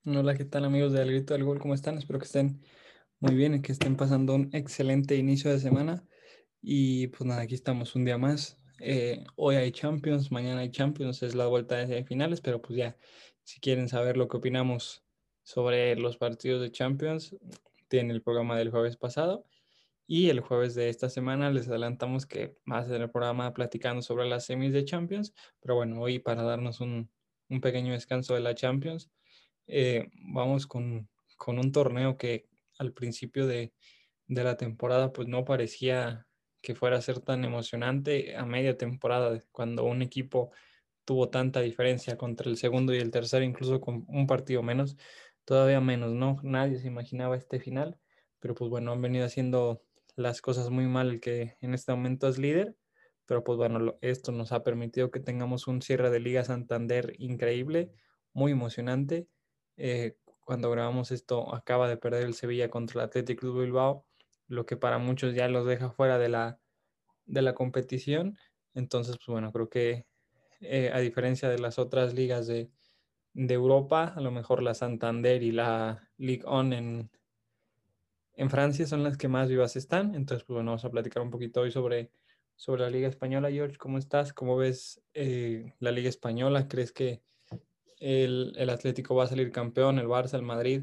Hola, ¿qué tal amigos de Al Grito del Gol? ¿Cómo están? Espero que estén muy bien y que estén pasando un excelente inicio de semana. Y pues nada, aquí estamos un día más. Hoy hay Champions, mañana hay Champions, es la vuelta de semifinales, pero pues ya, si quieren saber lo que opinamos sobre los partidos de Champions, tienen el programa del jueves pasado. Y el jueves de esta semana les adelantamos que va a ser el programa platicando sobre las semis de Champions. Pero bueno, hoy para darnos un pequeño descanso de la Champions, vamos con un torneo que al principio de la temporada pues no parecía que fuera a ser tan emocionante a media temporada, cuando un equipo tuvo tanta diferencia contra el segundo y el tercero, incluso con un partido menos, todavía menos, ¿no? Nadie se imaginaba este final, pero pues bueno, han venido haciendo las cosas muy mal el que en este momento es líder, pero pues bueno, esto nos ha permitido que tengamos un cierre de Liga Santander increíble, muy emocionante. Cuando grabamos esto, acaba de perder el Sevilla contra el Athletic Club Bilbao, lo que para muchos ya los deja fuera de la competición. Entonces, pues bueno, creo que a diferencia de las otras ligas de Europa, a lo mejor la Santander y la Ligue 1 en Francia son las que más vivas están. Entonces, pues bueno, vamos a platicar un poquito hoy sobre la Liga Española. George, ¿cómo estás? ¿Cómo ves la Liga Española? ¿Crees que el Atlético va a salir campeón, el Barça, el Madrid?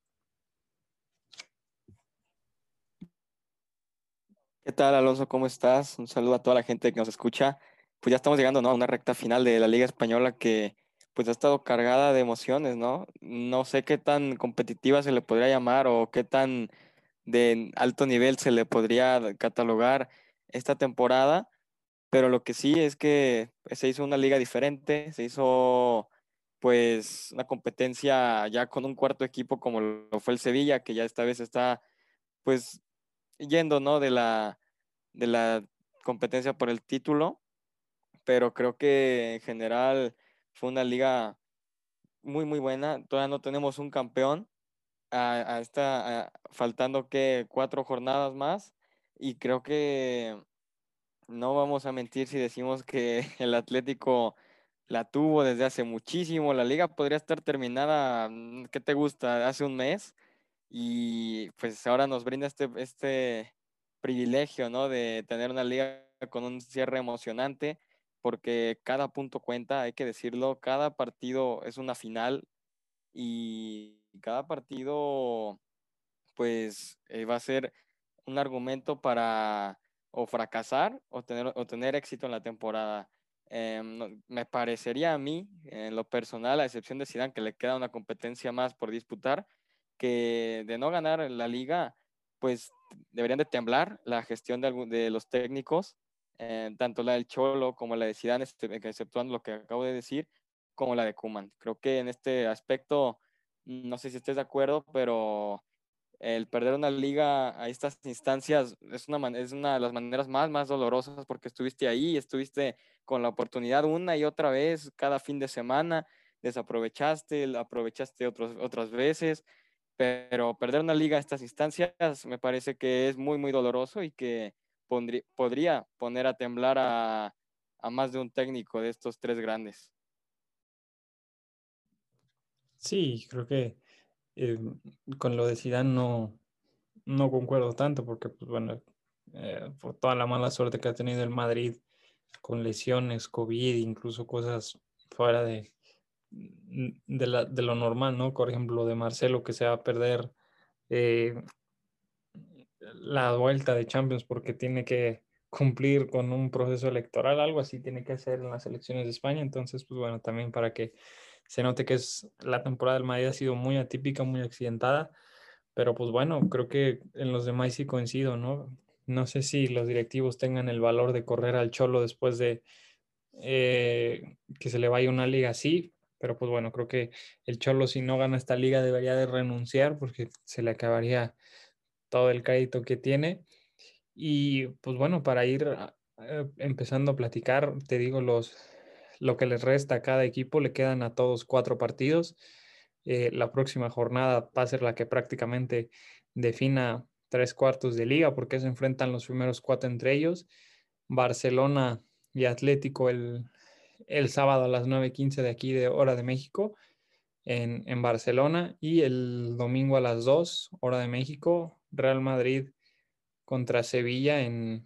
¿Qué tal, Alonso? ¿Cómo estás? Un saludo a toda la gente que nos escucha. Pues ya estamos llegando, ¿no?, a una recta final de la Liga Española que pues ha estado cargada de emociones, ¿no? No sé qué tan competitiva se le podría llamar o qué tan de alto nivel se le podría catalogar esta temporada, pero lo que sí es que se hizo una liga diferente, se hizo pues una competencia ya con un cuarto equipo como lo fue el Sevilla, que ya esta vez está pues yendo, ¿no?, de la competencia por el título, pero creo que en general fue una liga muy, muy buena. Todavía no tenemos un campeón, faltando que 4 jornadas más, y creo que no vamos a mentir si decimos que el Atlético la tuvo desde hace muchísimo. La liga podría estar terminada, ¿qué te gusta? Hace un mes, y pues ahora nos brinda este privilegio, ¿no?, de tener una liga con un cierre emocionante, porque cada punto cuenta, hay que decirlo, cada partido es una final, y cada partido pues va a ser un argumento para o fracasar o tener éxito en la temporada. Me parecería a mí, en lo personal, a excepción de Zidane, que le queda una competencia más por disputar, que de no ganar la liga, pues deberían de temblar la gestión de los técnicos, tanto la del Cholo como la de Zidane, exceptuando lo que acabo de decir, como la de Koeman. Creo que en este aspecto, no sé si estés de acuerdo, pero el perder una liga a estas instancias es una de las maneras más dolorosas, porque estuviste ahí, estuviste con la oportunidad una y otra vez, cada fin de semana, desaprovechaste, la aprovechaste otras veces, pero perder una liga a estas instancias me parece que es muy, muy doloroso, y que podría poner a temblar a más de un técnico de estos tres grandes. Sí, creo que eh, con lo de Zidane no concuerdo tanto porque, pues bueno, por toda la mala suerte que ha tenido el Madrid con lesiones, COVID, incluso cosas fuera de lo normal, ¿no? Por ejemplo, de Marcelo, que se va a perder eh, la vuelta de Champions porque tiene que cumplir con un proceso electoral, algo así tiene que hacer en las elecciones de España. Entonces, pues bueno, también para que se note que la temporada del Madrid ha sido muy atípica, muy accidentada, pero pues bueno, creo que en los demás sí coincido, ¿no? No sé si los directivos tengan el valor de correr al Cholo después de que se le vaya una liga así, pero pues bueno, creo que el Cholo, si no gana esta liga, debería de renunciar porque se le acabaría todo el crédito que tiene. Y pues bueno, para ir empezando a platicar, te digo, lo que les resta a cada equipo, le quedan a todos 4 partidos. La próxima jornada va a ser la que prácticamente defina 3 cuartos de liga, porque se enfrentan los primeros 4 entre ellos. Barcelona y Atlético el sábado a las 9:15 de aquí de hora de México. en Barcelona, y el domingo a las 2 hora de México, Real Madrid contra Sevilla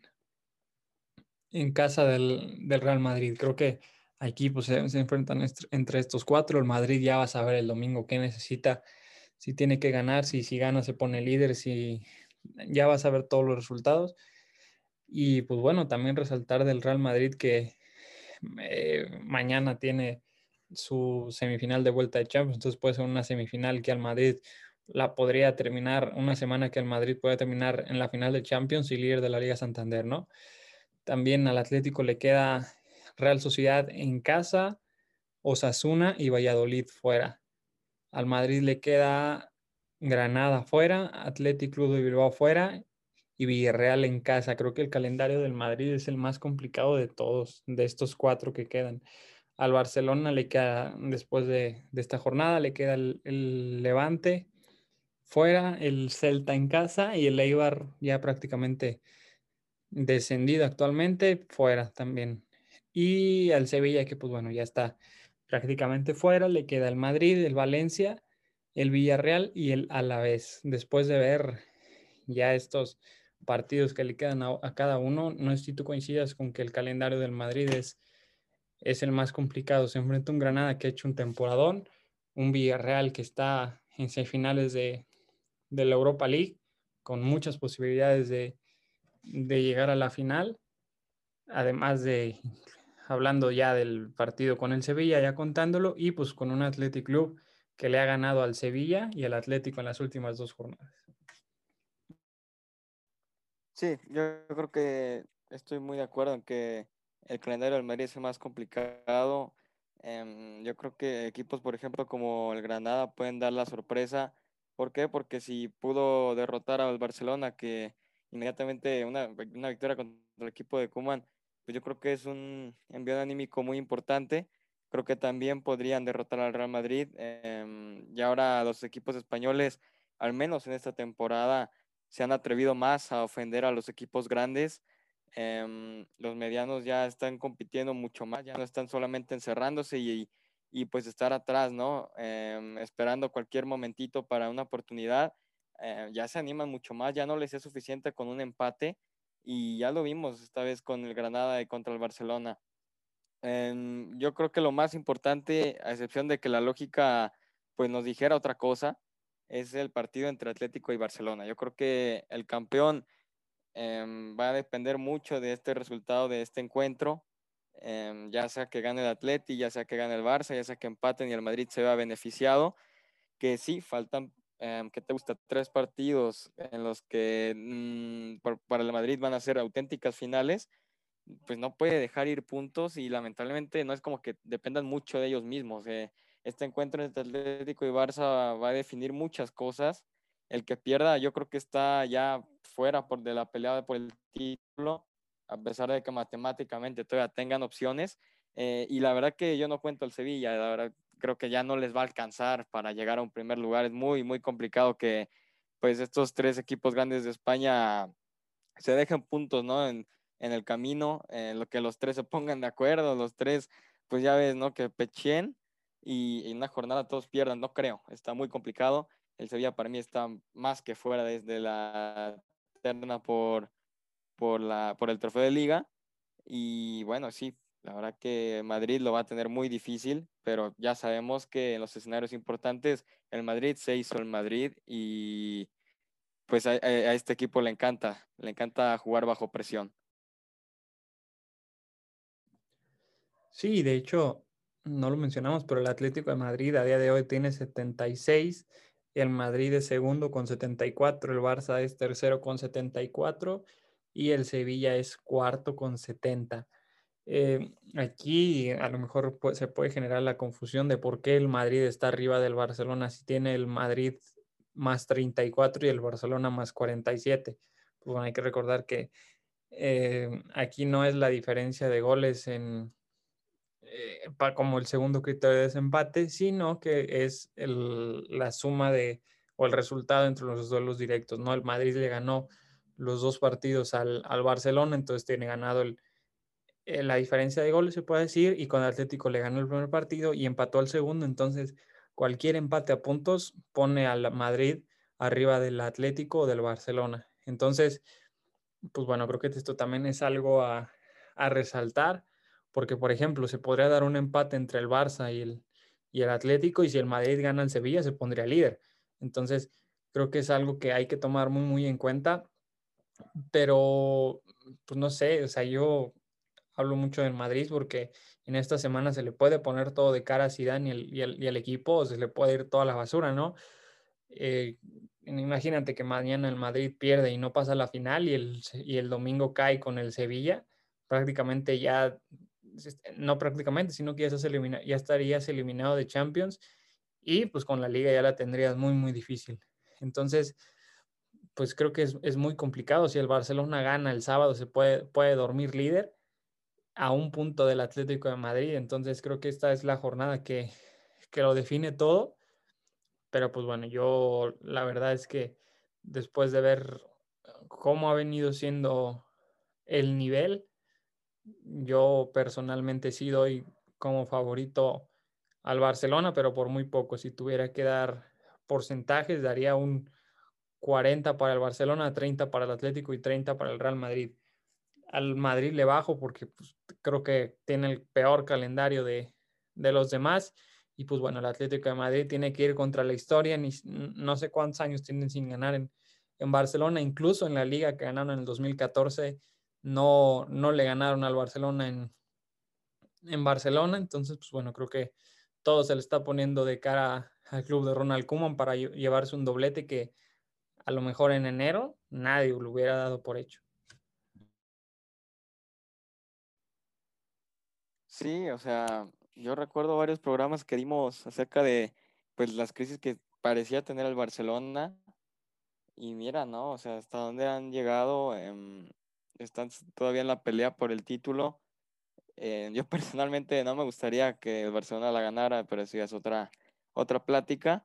en casa del Real Madrid. Creo que aquí pues, se enfrentan entre estos cuatro. El Madrid ya va a saber el domingo qué necesita, si tiene que ganar, si gana se pone líder, si ya va a saber todos los resultados. Y pues bueno, también resaltar del Real Madrid que mañana tiene su semifinal de vuelta de Champions, entonces puede ser una semifinal que al Madrid la podría terminar, una semana que el Madrid puede terminar en la final de Champions y líder de la Liga Santander, ¿no? También al Atlético le queda Real Sociedad en casa, Osasuna y Valladolid fuera. Al Madrid le queda Granada fuera, Athletic Club de Bilbao fuera y Villarreal en casa. Creo que el calendario del Madrid es el más complicado de todos, de estos cuatro que quedan. Al Barcelona le queda, después de esta jornada, le queda el Levante fuera, el Celta en casa y el Eibar ya prácticamente descendido actualmente, fuera también. Y al Sevilla, que pues bueno, ya está prácticamente fuera, le queda el Madrid, el Valencia, el Villarreal y el Alavés. Después de ver ya estos partidos que le quedan a cada uno, no sé si tú coincidas con que el calendario del Madrid es el más complicado. Se enfrenta un Granada que ha hecho un temporadón, un Villarreal que está en semifinales de la Europa League, con muchas posibilidades de llegar a la final, además de, hablando ya del partido con el Sevilla, ya contándolo, y pues con un Athletic Club que le ha ganado al Sevilla y al Atlético en las últimas dos jornadas. Sí, yo creo que estoy muy de acuerdo en que el calendario del Madrid es el más complicado. Yo creo que equipos, por ejemplo, como el Granada pueden dar la sorpresa. ¿Por qué? Porque si pudo derrotar al Barcelona, que inmediatamente una victoria contra el equipo de Koeman, pues yo creo que es un envío anímico muy importante. Creo que también podrían derrotar al Real Madrid. Y ahora los equipos españoles, al menos en esta temporada, se han atrevido más a ofender a los equipos grandes. Los medianos ya están compitiendo mucho más, ya no están solamente encerrándose y pues estar atrás, ¿no? Esperando cualquier momentito para una oportunidad. Ya se animan mucho más, ya no les es suficiente con un empate y ya lo vimos esta vez con el Granada y contra el Barcelona. Yo creo que lo más importante, a excepción de que la lógica pues nos dijera otra cosa, es el partido entre Atlético y Barcelona. Yo creo que el campeón va a depender mucho de este resultado de este encuentro, ya sea que gane el Atleti, ya sea que gane el Barça, ya sea que empaten y el Madrid se vea beneficiado, que sí, faltan, ¿qué te gusta? Tres partidos en los que para el Madrid van a ser auténticas finales, pues no puede dejar ir puntos y lamentablemente no es como que dependan mucho de ellos mismos. Este encuentro entre Atlético y Barça va a definir muchas cosas. El que pierda yo creo que está ya fuera de la pelea por el título, a pesar de que matemáticamente todavía tengan opciones. Y la verdad que yo no cuento el Sevilla, la verdad creo que ya no les va a alcanzar para llegar a un primer lugar. Es muy, muy complicado que pues estos tres equipos grandes de España se dejen puntos, ¿no? En el camino, en lo que los tres se pongan de acuerdo, los tres, pues ya ves, ¿no? Que pechen y en una jornada todos pierdan, no creo, está muy complicado. El Sevilla para mí está más que fuera desde la terna por el trofeo de liga. Y bueno, sí, la verdad que Madrid lo va a tener muy difícil, pero ya sabemos que en los escenarios importantes el Madrid se hizo el Madrid y pues a este equipo le encanta jugar bajo presión. Sí, de hecho, no lo mencionamos, pero el Atlético de Madrid a día de hoy tiene 76, el Madrid es segundo con 74, el Barça es tercero con 74 y el Sevilla es cuarto con 70. Aquí a lo mejor se puede generar la confusión de por qué el Madrid está arriba del Barcelona si tiene el Madrid más 34 y el Barcelona más 47. Pues bueno, hay que recordar que aquí no es la diferencia de goles como el segundo criterio de desempate, sino que es la suma o el resultado entre los duelos directos, ¿no? El Madrid le ganó los dos partidos al Barcelona, entonces tiene ganado la diferencia de goles, se puede decir, y con Atlético le ganó el primer partido y empató al segundo, entonces cualquier empate a puntos pone al Madrid arriba del Atlético o del Barcelona. Entonces, pues bueno, creo que esto también es algo a resaltar, porque por ejemplo, se podría dar un empate entre el Barça y el Atlético, y si el Madrid gana el Sevilla, se pondría líder. Entonces, creo que es algo que hay que tomar muy, muy en cuenta, pero pues no sé, o sea, yo hablo mucho del Madrid porque en esta semana se le puede poner todo de cara a Zidane y el equipo, o se le puede ir toda la basura, ¿no? Imagínate que mañana el Madrid pierde y no pasa a la final y el domingo cae con el Sevilla, prácticamente ya, no prácticamente, sino que ya estarías eliminado de Champions y pues con la liga ya la tendrías muy, muy difícil. Entonces, pues creo que es muy complicado. Si el Barcelona gana el sábado, puede dormir líder a un punto del Atlético de Madrid. Entonces creo que esta es la jornada que lo define todo. Pero pues bueno, yo la verdad es que después de ver cómo ha venido siendo el nivel, yo personalmente sí doy como favorito al Barcelona, pero por muy poco. Si tuviera que dar porcentajes, daría un 40 para el Barcelona, 30 para el Atlético y 30 para el Real Madrid. Al Madrid le bajo porque pues, creo que tiene el peor calendario de los demás. Y pues bueno, el Atlético de Madrid tiene que ir contra la historia. No sé cuántos años tienen sin ganar en Barcelona. Incluso en la liga que ganaron en el 2014, no le ganaron al Barcelona en Barcelona. Entonces, pues bueno, creo que todo se le está poniendo de cara al club de Ronald Koeman para llevarse un doblete que a lo mejor en enero nadie lo hubiera dado por hecho. Sí, o sea, yo recuerdo varios programas que dimos acerca de pues las crisis que parecía tener el Barcelona y mira, ¿no? O sea, hasta dónde han llegado, están todavía en la pelea por el título. Yo personalmente no me gustaría que el Barcelona la ganara, pero eso ya es otra plática.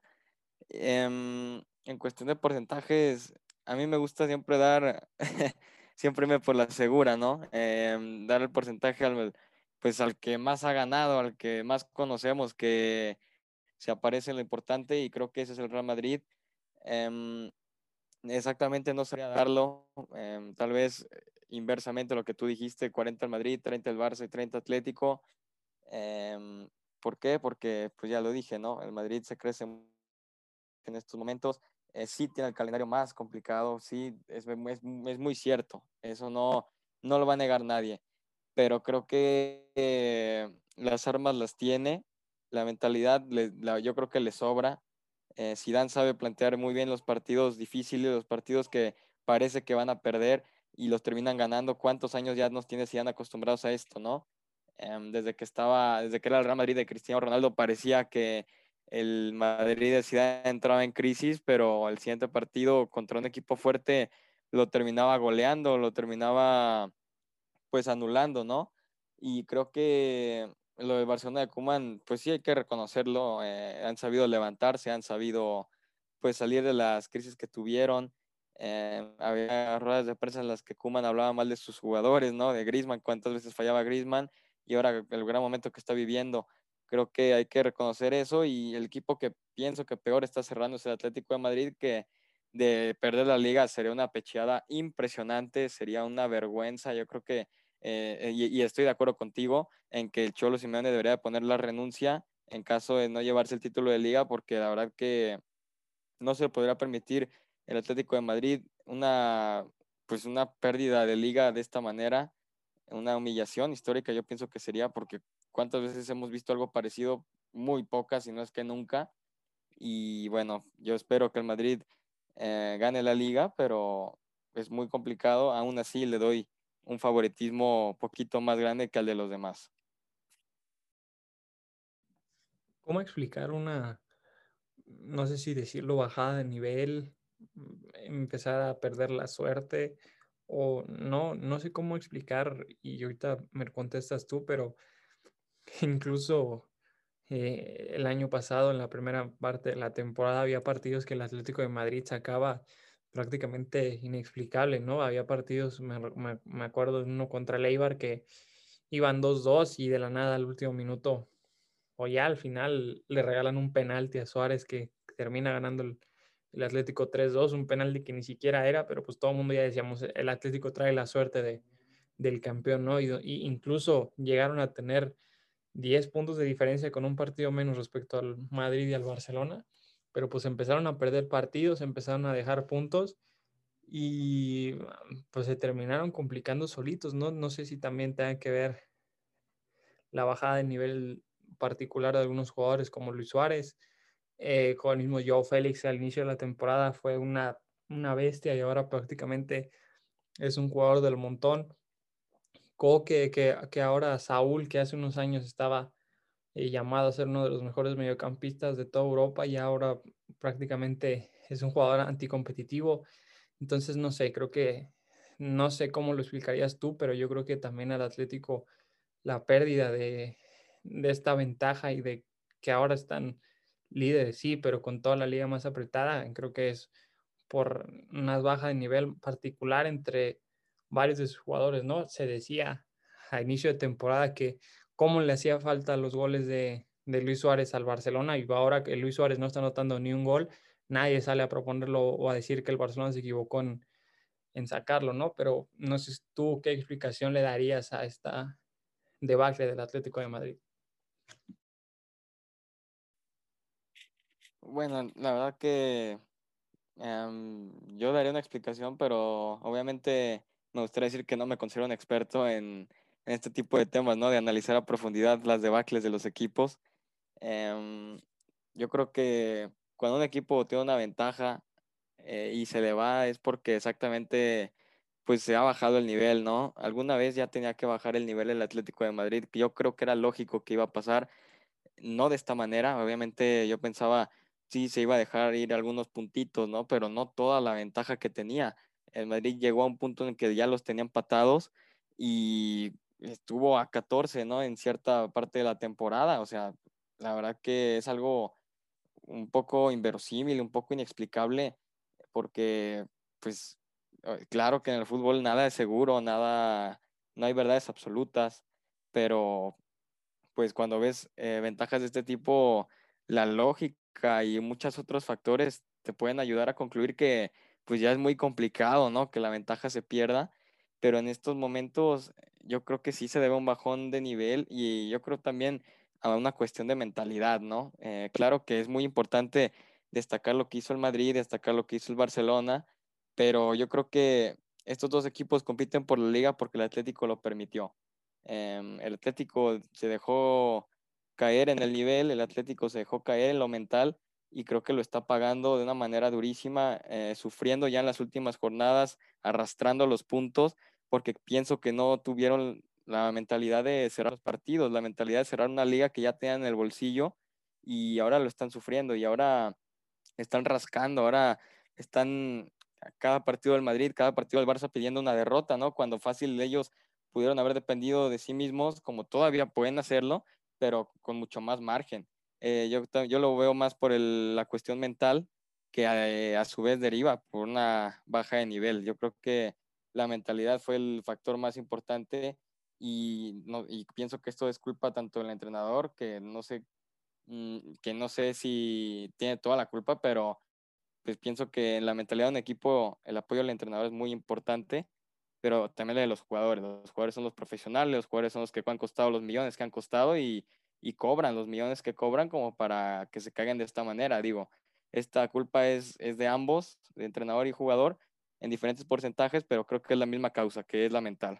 En cuestión de porcentajes, a mí me gusta siempre dar, siempre me por la segura, ¿no? Dar el porcentaje pues al que más ha ganado, al que más conocemos, que se aparece en lo importante, y creo que ese es el Real Madrid. Em, Exactamente no sabría darlo, tal vez inversamente lo que tú dijiste, 40 el Madrid, 30 el Barça y 30 Atlético. Em, ¿Por qué? Porque, pues ya lo dije, ¿no? El Madrid se crece en estos momentos. Sí tiene el calendario más complicado, sí, es muy cierto, eso no lo va a negar nadie, pero creo que las armas las tiene, la mentalidad yo creo que le sobra. Zidane sabe plantear muy bien los partidos difíciles, los partidos que parece que van a perder y los terminan ganando. ¿Cuántos años ya nos tiene Zidane acostumbrados a esto, no? Desde que era el Real Madrid de Cristiano Ronaldo parecía que el Madrid de Zidane entraba en crisis, pero el siguiente partido contra un equipo fuerte lo terminaba goleando, lo terminaba pues anulando, ¿no? Y creo que lo de Barcelona de Koeman, pues sí hay que reconocerlo, han sabido levantarse, han sabido pues salir de las crisis que tuvieron. Había ruedas de prensa en las que Koeman hablaba mal de sus jugadores, ¿no? De Griezmann, cuántas veces fallaba Griezmann, y ahora el gran momento que está viviendo. Creo que hay que reconocer eso, y el equipo que pienso que peor está cerrando es el Atlético de Madrid, que de perder la liga sería una pecheada impresionante, sería una vergüenza. Yo creo que y estoy de acuerdo contigo en que el Cholo Simeone debería de poner la renuncia en caso de no llevarse el título de liga, porque la verdad que no se podrá permitir el Atlético de Madrid pues una pérdida de liga de esta manera, una humillación histórica. Yo pienso que sería, porque cuántas veces hemos visto algo parecido, muy pocas, si no es que nunca. Y bueno, yo espero que el Madrid gane la liga, pero es muy complicado. Aún así le doy un favoritismo poquito más grande que al de los demás. ¿Cómo explicar no sé si decirlo, bajada de nivel, empezar a perder la suerte o no sé cómo explicar y ahorita me contestas tú, pero incluso el año pasado en la primera parte de la temporada había partidos que el Atlético de Madrid sacaba prácticamente inexplicable, ¿no? Había partidos, me acuerdo de uno contra el Eibar que iban 2-2 y de la nada al último minuto o ya al final le regalan un penalti a Suárez que termina ganando el Atlético 3-2, un penalti que ni siquiera era, pero pues todo el mundo ya decíamos, el Atlético trae la suerte del campeón, ¿no? Y incluso llegaron a tener 10 puntos de diferencia con un partido menos respecto al Madrid y al Barcelona, pero pues empezaron a perder partidos, empezaron a dejar puntos y pues se terminaron complicando solitos, ¿no? No sé si también tenga que ver la bajada de nivel particular de algunos jugadores como Luis Suárez, con el mismo Joao Félix al inicio de la temporada fue una bestia y ahora prácticamente es un jugador del montón. Coque, que ahora Saúl, que hace unos años estaba llamado a ser uno de los mejores mediocampistas de toda Europa y ahora prácticamente es un jugador anticompetitivo. Entonces, no sé, creo que, no sé cómo lo explicarías tú, pero yo creo que también al Atlético la pérdida de esta ventaja y de que ahora están líderes, sí, pero con toda la liga más apretada, creo que es por una baja de nivel particular entre varios de sus jugadores, ¿no? Se decía a inicio de temporada que cómo le hacía falta los goles de Luis Suárez al Barcelona y ahora que Luis Suárez no está anotando ni un gol, nadie sale a proponerlo o a decir que el Barcelona se equivocó en sacarlo, ¿no? Pero no sé tú qué explicación le darías a esta debacle del Atlético de Madrid. Bueno, la verdad que yo daría una explicación, pero obviamente me gustaría decir que no me considero un experto en este tipo de temas, ¿no? De analizar a profundidad las debacles de los equipos. Em, yo creo que cuando un equipo tiene una ventaja y se le va es porque exactamente pues se ha bajado el nivel, ¿no? Alguna vez ya tenía que bajar el nivel el Atlético de Madrid, que yo creo que era lógico que iba a pasar, no de esta manera, obviamente yo pensaba, sí, se iba a dejar ir algunos puntitos, ¿no? Pero no toda la ventaja que tenía. El Madrid llegó a un punto en el que ya los tenía empatados y estuvo a 14, ¿no? En cierta parte de la temporada, o sea, la verdad que es algo un poco inverosímil, un poco inexplicable, porque, pues, claro que en el fútbol nada es seguro, nada, no hay verdades absolutas, pero pues cuando ves ventajas de este tipo, la lógica y muchos otros factores te pueden ayudar a concluir que pues ya es muy complicado, ¿no? Que la ventaja se pierda, pero en estos momentos yo creo que sí se debe a un bajón de nivel y yo creo también a una cuestión de mentalidad, ¿no? Claro que es muy importante destacar lo que hizo el Madrid, destacar lo que hizo el Barcelona, pero yo creo que estos dos equipos compiten por la liga porque el Atlético lo permitió. El Atlético se dejó caer en el nivel, el Atlético se dejó caer en lo mental y creo que lo está pagando de una manera durísima, sufriendo ya en las últimas jornadas, arrastrando los puntos, porque pienso que no tuvieron la mentalidad de cerrar los partidos, la mentalidad de cerrar una liga que ya tenían en el bolsillo y ahora lo están sufriendo y ahora están rascando, ahora están a cada partido del Madrid, cada partido del Barça pidiendo una derrota, ¿no? Cuando fácil ellos pudieron haber dependido de sí mismos, como todavía pueden hacerlo, pero con mucho más margen. Yo lo veo más por la cuestión mental que a su vez deriva por una baja de nivel. Yo creo que la mentalidad fue el factor más importante y, no, y pienso que esto es culpa tanto del entrenador, que no sé si tiene toda la culpa, pero pues pienso que en la mentalidad de un equipo el apoyo al entrenador es muy importante, pero también la de los jugadores. Los jugadores son los profesionales, los jugadores son los que han costado los millones que han costado y cobran los millones que cobran como para que se caigan de esta manera. Digo, esta culpa es de ambos, de entrenador y jugador, en diferentes porcentajes, pero creo que es la misma causa, que es la mental.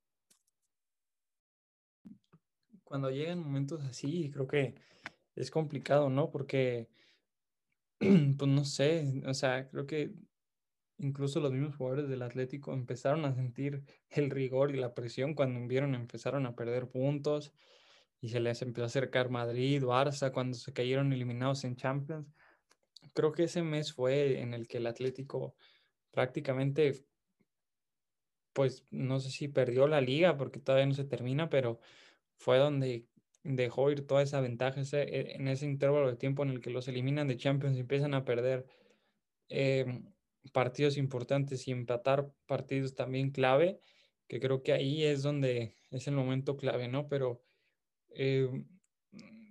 Cuando llegan momentos así, creo que es complicado, ¿no? Porque, pues no sé, o sea, creo que incluso los mismos jugadores del Atlético empezaron a sentir el rigor y la presión cuando vieron, empezaron a perder puntos y se les empezó a acercar Madrid, Barça, cuando se cayeron eliminados en Champions. Creo que ese mes fue en el que el Atlético prácticamente, pues no sé si perdió la liga porque todavía no se termina, pero fue donde dejó ir toda esa ventaja en ese intervalo de tiempo en el que los eliminan de Champions y empiezan a perder eh, partidos importantes y empatar partidos también clave, que creo que ahí es donde es el momento clave, ¿no? Pero eh,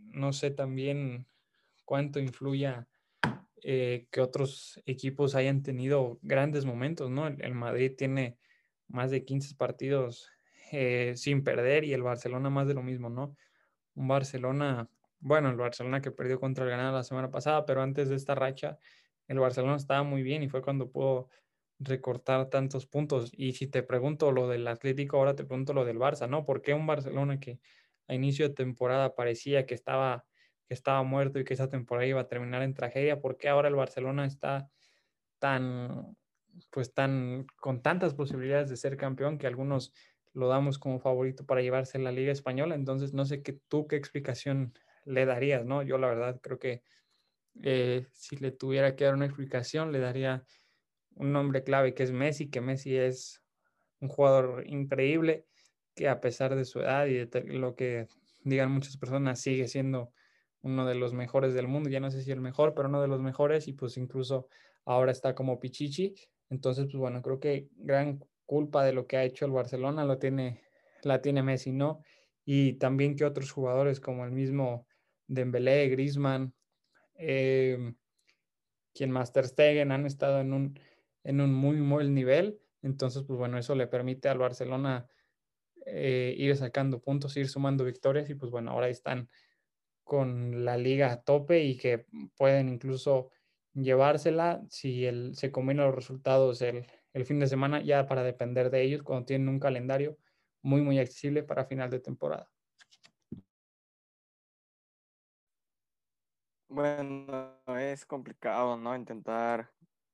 no sé también cuánto influya que otros equipos hayan tenido grandes momentos, ¿no? El Madrid tiene más de 15 partidos sin perder y el Barcelona más de lo mismo, ¿no? Un Barcelona, bueno, el Barcelona que perdió contra el Granada la semana pasada, pero antes de esta racha, el Barcelona estaba muy bien y fue cuando pudo recortar tantos puntos. Y si te pregunto lo del Atlético, ahora te pregunto lo del Barça, ¿no? ¿Por qué un Barcelona que a inicio de temporada parecía que estaba muerto y que esa temporada iba a terminar en tragedia? ¿Por qué ahora el Barcelona está tan, pues tan, con tantas posibilidades de ser campeón que algunos lo damos como favorito para llevarse la Liga Española? Entonces, no sé qué explicación le darías, ¿no? Yo la verdad creo que si le tuviera que dar una explicación, le daría un nombre clave que es Messi, que Messi es un jugador increíble, que a pesar de su edad y de lo que digan muchas personas, sigue siendo uno de los mejores del mundo. Ya no sé si el mejor, pero uno de los mejores, y pues incluso ahora está como Pichichi. Entonces, pues bueno, creo que gran culpa de lo que ha hecho el Barcelona la tiene Messi, ¿no? Y también que otros jugadores como el mismo Dembélé, Griezmann, eh, quien más Ter Stegen han estado en un muy buen nivel. Entonces, pues bueno, eso le permite al Barcelona ir sacando puntos, ir sumando victorias y pues bueno, ahora están con la liga a tope y que pueden incluso llevársela si se combinan los resultados el fin de semana ya para depender de ellos cuando tienen un calendario muy, muy accesible para final de temporada. Bueno, es complicado, ¿no? Intentar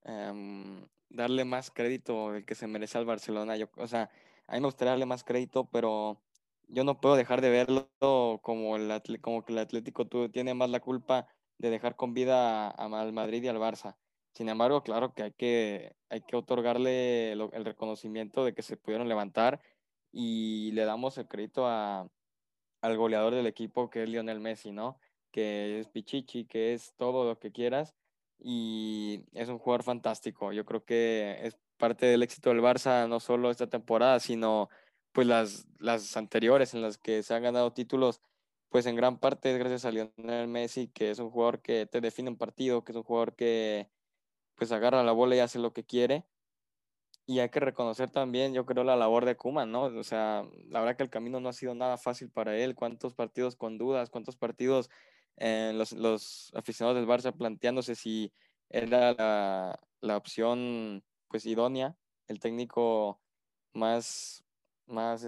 darle más crédito del que se merece al Barcelona. O sea, a mí me gustaría darle más crédito, pero yo no puedo dejar de verlo como como que el Atlético tiene más la culpa de dejar con vida al Madrid y al Barça. Sin embargo, claro que hay que otorgarle el reconocimiento de que se pudieron levantar y le damos el crédito al goleador del equipo, que es Lionel Messi, ¿no? Que es Pichichi, que es todo lo que quieras y es un jugador fantástico. Yo creo que es parte del éxito del Barça, no solo esta temporada, sino pues las anteriores en las que se han ganado títulos, pues en gran parte es gracias a Lionel Messi, que es un jugador que te define un partido, que es un jugador que pues agarra la bola y hace lo que quiere. Y hay que reconocer también, yo creo, la labor de Koeman, ¿no? O sea, la verdad que el camino no ha sido nada fácil para él. ¿Cuántos partidos con dudas? ¿Cuántos partidos los aficionados del Barça planteándose si era la opción, pues, idónea, el técnico más, más,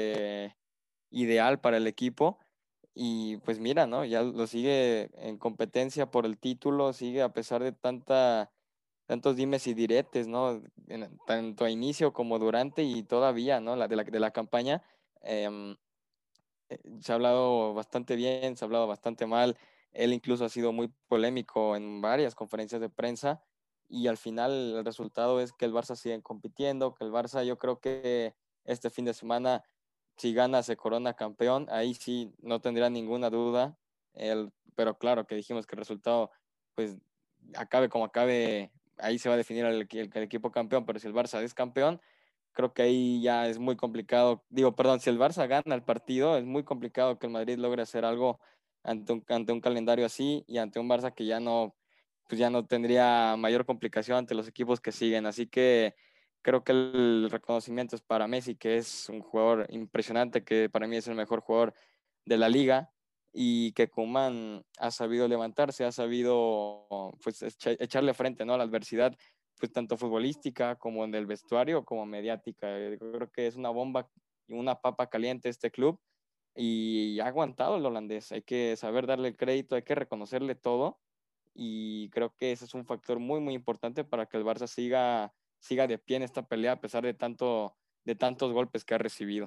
ideal para el equipo? Y pues mira, ¿no? Ya lo sigue en competencia por el título, sigue a pesar de tantos dimes y diretes, ¿no? Tanto a inicio como durante y todavía, ¿no? De la campaña. em, Se ha hablado bastante bien, se ha hablado bastante mal. Él incluso ha sido muy polémico en varias conferencias de prensa y al final el resultado es que el Barça sigue compitiendo, que el Barça yo creo que este fin de semana, si gana, se corona campeón. Ahí sí no tendría ninguna duda. Pero claro que dijimos que el resultado, pues acabe como acabe, ahí se va a definir el equipo campeón, pero si el Barça es campeón, creo que ahí ya es muy complicado. Digo, perdón, si el Barça gana el partido, es muy complicado que el Madrid logre hacer algo ante un calendario así y ante un Barça que ya no, pues ya no tendría mayor complicación ante los equipos que siguen. Así que creo que el reconocimiento es para Messi, que es un jugador impresionante, que para mí es el mejor jugador de la liga y que Koeman ha sabido levantarse, ha sabido pues echarle frente, ¿no?, a la adversidad, pues tanto futbolística como en el vestuario como mediática. Yo creo que es una bomba y una papa caliente este club y ha aguantado el holandés. Hay que saber darle el crédito, hay que reconocerle todo y creo que ese es un factor muy, muy importante para que el Barça siga de pie en esta pelea a pesar de tantos golpes que ha recibido.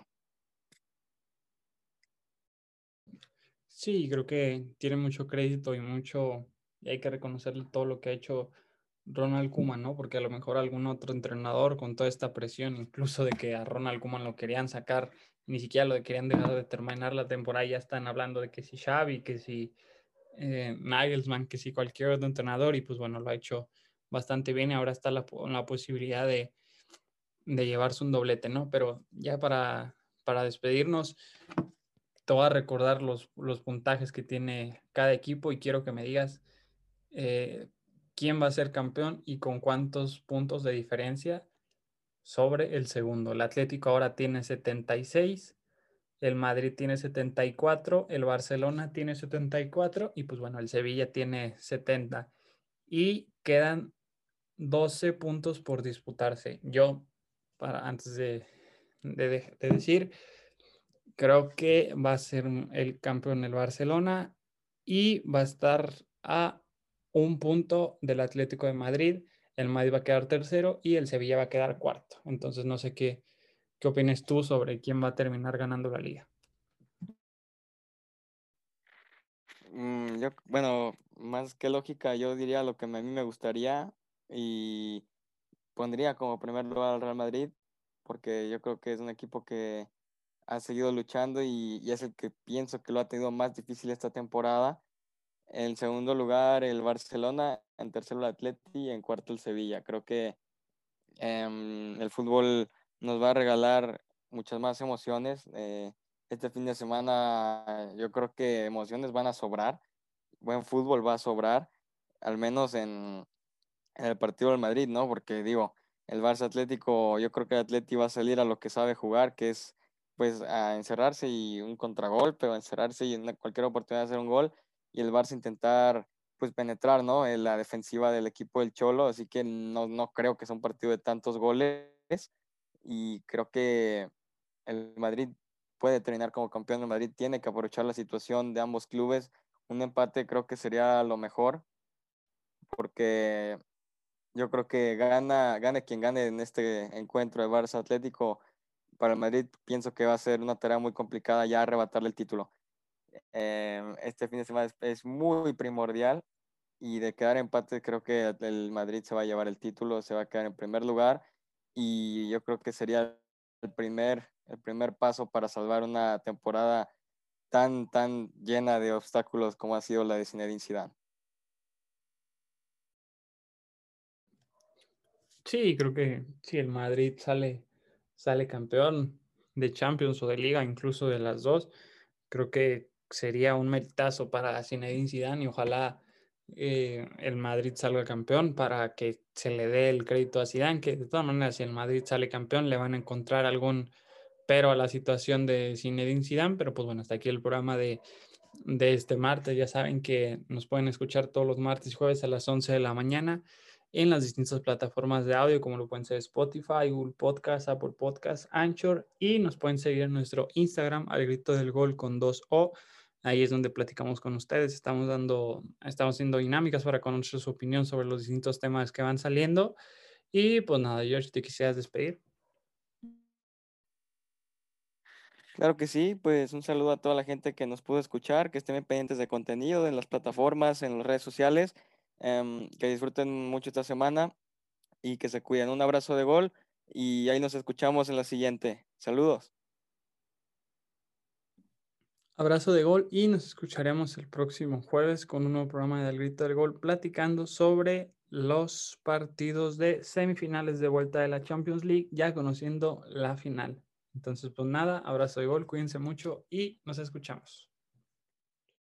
Sí, creo que tiene mucho crédito y hay que reconocerle todo lo que ha hecho Ronald Koeman, ¿no? Porque a lo mejor algún otro entrenador con toda esta presión, incluso de que a Ronald Koeman lo querían sacar, ni siquiera lo querían dejar de terminar la temporada, ya están hablando de que si Xavi, que si Nagelsmann, que si cualquier otro entrenador, y pues bueno, lo ha hecho bastante bien y ahora está la posibilidad de llevarse un doblete, ¿no? Pero ya para despedirnos, te voy a recordar los puntajes que tiene cada equipo y quiero que me digas quién va a ser campeón y con cuántos puntos de diferencia sobre el segundo. El Atlético ahora tiene 76, el Madrid tiene 74, el Barcelona tiene 74 y pues bueno, el Sevilla tiene 70 y quedan 12 puntos por disputarse. Yo, antes de decir, creo que va a ser el campeón el Barcelona y va a estar a un punto del Atlético de Madrid. El Madrid va a quedar tercero y el Sevilla va a quedar cuarto. Entonces no sé qué opinas tú sobre quién va a terminar ganando la liga. Bueno, más que lógica, yo diría lo que a mí me gustaría y pondría como primer lugar al Real Madrid, porque yo creo que es un equipo que ha seguido luchando y es el que pienso que lo ha tenido más difícil esta temporada. En segundo lugar, el Barcelona, en tercero, el Atleti y en cuarto, el Sevilla. Creo que el fútbol nos va a regalar muchas más emociones. Este fin de semana yo creo que emociones van a sobrar, buen fútbol va a sobrar, al menos en el partido del Madrid, ¿no? Porque digo, el Barça Atlético, yo creo que el Atleti va a salir a lo que sabe jugar, que es pues a encerrarse y un contragolpe o encerrarse y en cualquier oportunidad de hacer un gol y el Barça intentar pues penetrar, ¿no? En la defensiva del equipo del Cholo, así que no creo que sea un partido de tantos goles y creo que el Madrid puede terminar como campeón. El Madrid tiene que aprovechar la situación de ambos clubes. Un empate creo que sería lo mejor porque yo creo que gane quien gane en este encuentro de Barça Atlético. Para el Madrid pienso que va a ser una tarea muy complicada ya arrebatarle el título. Este fin de semana es muy primordial y de quedar empate creo que el Madrid se va a llevar el título, se va a quedar en primer lugar y yo creo que sería el primer paso para salvar una temporada tan llena de obstáculos como ha sido la de Zinedine Zidane. Sí, creo que si el Madrid sale campeón de Champions o de Liga, incluso de las dos, creo que sería un meritazo para Zinedine Zidane y ojalá el Madrid salga campeón para que se le dé el crédito a Zidane, que de todas maneras si el Madrid sale campeón le van a encontrar algún pero a la situación de Zinedine Zidane, pero pues bueno, hasta aquí el programa de este martes. Ya saben que nos pueden escuchar todos los martes y jueves a las 11 de la mañana en las distintas plataformas de audio, como lo pueden ser Spotify, Google Podcast, Apple Podcast, Anchor, y nos pueden seguir en nuestro Instagram, al grito del gol con 2 O. Ahí es donde platicamos con ustedes. Estamos haciendo dinámicas para conocer su opinión sobre los distintos temas que van saliendo. Y pues nada, George, ¿te quisieras despedir? Claro que sí, pues un saludo a toda la gente que nos pudo escuchar, que estén pendientes de contenido en las plataformas, en las redes sociales, que disfruten mucho esta semana y que se cuiden. Un abrazo de gol y ahí nos escuchamos en la siguiente. Saludos. Abrazo de gol y nos escucharemos el próximo jueves con un nuevo programa de Al Grito del Gol platicando sobre los partidos de semifinales de vuelta de la Champions League, ya conociendo la final. Entonces, pues nada, abrazo de gol, cuídense mucho y nos escuchamos.